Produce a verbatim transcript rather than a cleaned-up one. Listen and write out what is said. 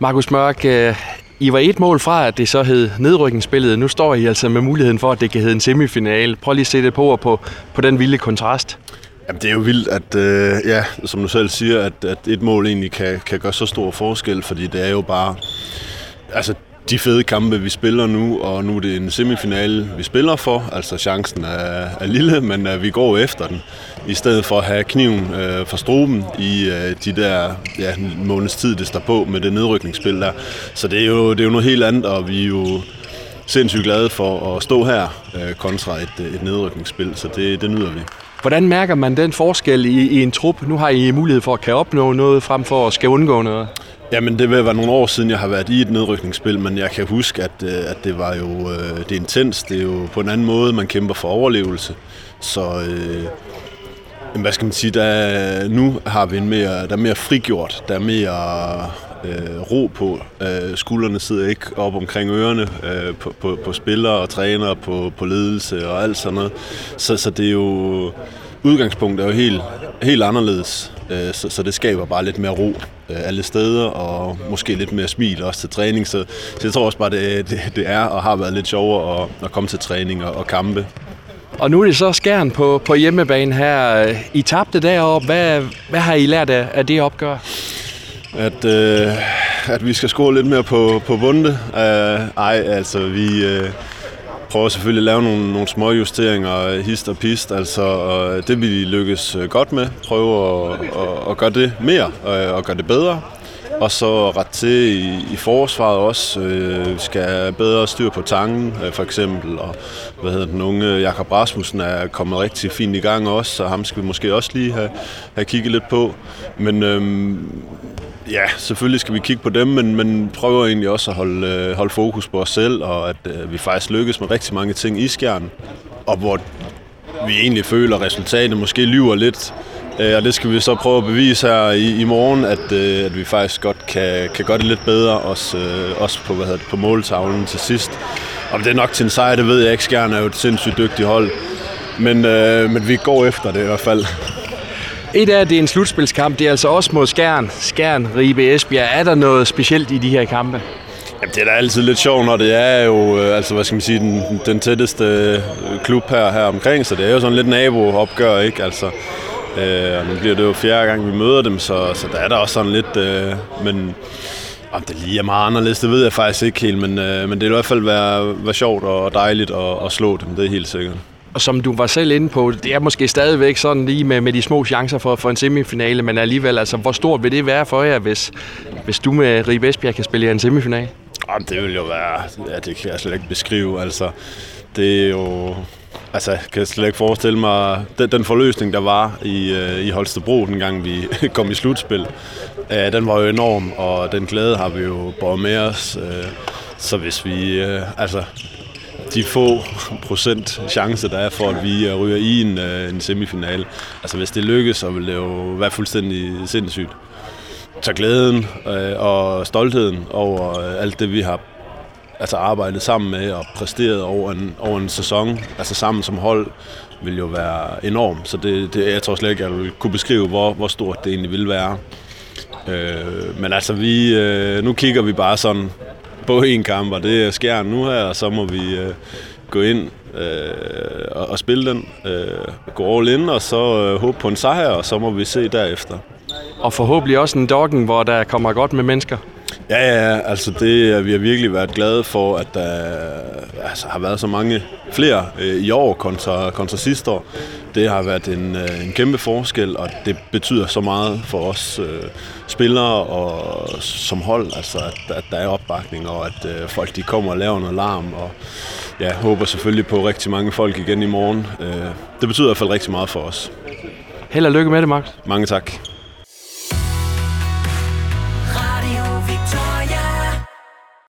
Markus Mørk, I var et mål fra, at det så hed nedrykningsspillet. Nu står I altså med muligheden for, at det kan hedde en semifinale. Prøv lige at sætte på på, på den vilde kontrast. Jamen, det er jo vildt, at, øh, ja, som du selv siger, at, at et mål egentlig kan, kan gøre så stor forskel, fordi det er jo bare altså, de fede kampe, vi spiller nu, og nu er det en semifinale, vi spiller for. Altså chancen er, er lille, men uh, vi går efter den, i stedet for at have kniven uh, for struben i uh, de der ja, måneds tid, det står på med det nedrykningsspil der. Så det er jo, det er jo noget helt andet, og vi er jo sindssygt glade for at stå her uh, kontra et, et nedrykningsspil, så det, det nyder vi. Hvordan mærker man den forskel i, i en trup? Nu har I mulighed for at kan opnå noget, frem for at skal undgå noget. Jamen, det vil være nogle år siden, jeg har været i et nedrykningsspil, men jeg kan huske, at, at det var jo det er intens. Det er jo på en anden måde, man kæmper for overlevelse. Så øh, hvad skal man sige, der, nu har vi en mere, der er mere frigjort, der er mere øh, ro på. Øh, skuldrene sidder ikke op omkring ørerne øh, på, på, på spillere og trænere, på, på ledelse og alt sådan noget. Så, så det er jo... Udgangspunktet er jo helt, helt anderledes, så, så det skaber bare lidt mere ro alle steder, og måske lidt mere smil også til træning. Så, så jeg tror også bare, det, det, det er og har været lidt sjovere at, at komme til træning og, og kampe. Og nu er det så Skjern på, på hjemmebane her. I tabte deroppe. Hvad, hvad har I lært af, af det opgør? At, øh, at vi skal score lidt mere på, på bunde. Uh, ej, altså vi... Øh, prøver selvfølgelig at lave nogle, nogle små justeringer, hist og pist, altså og det vil vi lykkes godt med. Prøve at, at, at gøre det mere og gøre det bedre. Og så ret til i, i forsvaret også. Vi skal have bedre styr på tangen, for eksempel. Og hvad hedder den unge Jakob Rasmussen er kommet rigtig fint i gang også, så ham skal vi måske også lige have, have kigget lidt på. Men øhm, ja, selvfølgelig skal vi kigge på dem, men, men prøver egentlig også at holde, holde fokus på os selv, og at øh, vi faktisk lykkes med rigtig mange ting i Skjern, og hvor vi egentlig føler, at resultatet måske lyver lidt. Øh, og det skal vi så prøve at bevise her i, i morgen, at, øh, at vi faktisk godt kan, kan gøre det lidt bedre, også, øh, også på, hvad hedder det, på måltavlen til sidst. Og det er nok til en sejr, det ved jeg ikke. Skjern er jo et sindssygt dygtigt hold, men, øh, men vi går efter det i hvert fald. Et af det er en slutspilskamp, det er altså også mod Skjern. Skjern, Ribe, Esbjerg. Er der noget specielt i de her kampe? Jamen, det er da altid lidt sjovt, når det er jo, altså hvad skal man sige, den, den tætteste klub her, her omkring, så det er jo sådan lidt naboopgør, ikke? Altså, øh, og nu bliver det jo fjerde gang, vi møder dem, så, så der er der også sådan lidt, øh, men om det lige er meget anderledes, det ved jeg faktisk ikke helt, men, øh, men det vil i hvert fald være, være sjovt og dejligt at, at slå dem, det er helt sikkert. Og som du var selv inde på, det er måske stadigvæk sådan lige med, med de små chancer for, for en semifinale, men alligevel, altså, hvor stort vil det være for jer, hvis, hvis du med Ribe Esbjerg kan spille i en semifinale? Jamen, det vil jo være, ja, det kan jeg slet ikke beskrive, altså, det er jo, altså, jeg kan slet ikke forestille mig, den, den forløsning, der var i, i Holstebro, den gang vi kom i slutspil, øh, den var jo enorm, og den glæde har vi jo båret med os, øh, så hvis vi, øh, altså, de få procent chance, der er for, at vi ryger i en, en semifinale. Altså hvis det lykkes, så vil det jo være fuldstændig sindssygt. Så glæden øh, og stoltheden over øh, alt det, vi har altså, arbejdet sammen med og præsteret over en, over en sæson, altså sammen som hold, vil jo være enormt. Så det, det, jeg tror slet ikke, jeg vil kunne beskrive, hvor, hvor stort det egentlig vil være. Øh, men altså, vi, øh, nu kigger vi bare sådan på en kamp, og det er Skjern nu her, og så må vi øh, gå ind øh, og, og spille den, øh, gå all in, og så øh, håbe på en sejr, og så må vi se derefter. Og forhåbentlig også en doggen, hvor der kommer godt med mennesker. Ja, ja, altså det vi har virkelig været glade for, at der altså, har været så mange flere øh, i år kontra, kontra sidste år. Det har været en, øh, en kæmpe forskel, og det betyder så meget for os øh, spillere og som hold, altså at, at der er opbakning, og at øh, folk de kommer og laver noget larm, og jeg håber selvfølgelig på rigtig mange folk igen i morgen. Øh, det betyder i hvert fald rigtig meget for os. Held og lykke med det, Max. Mange tak.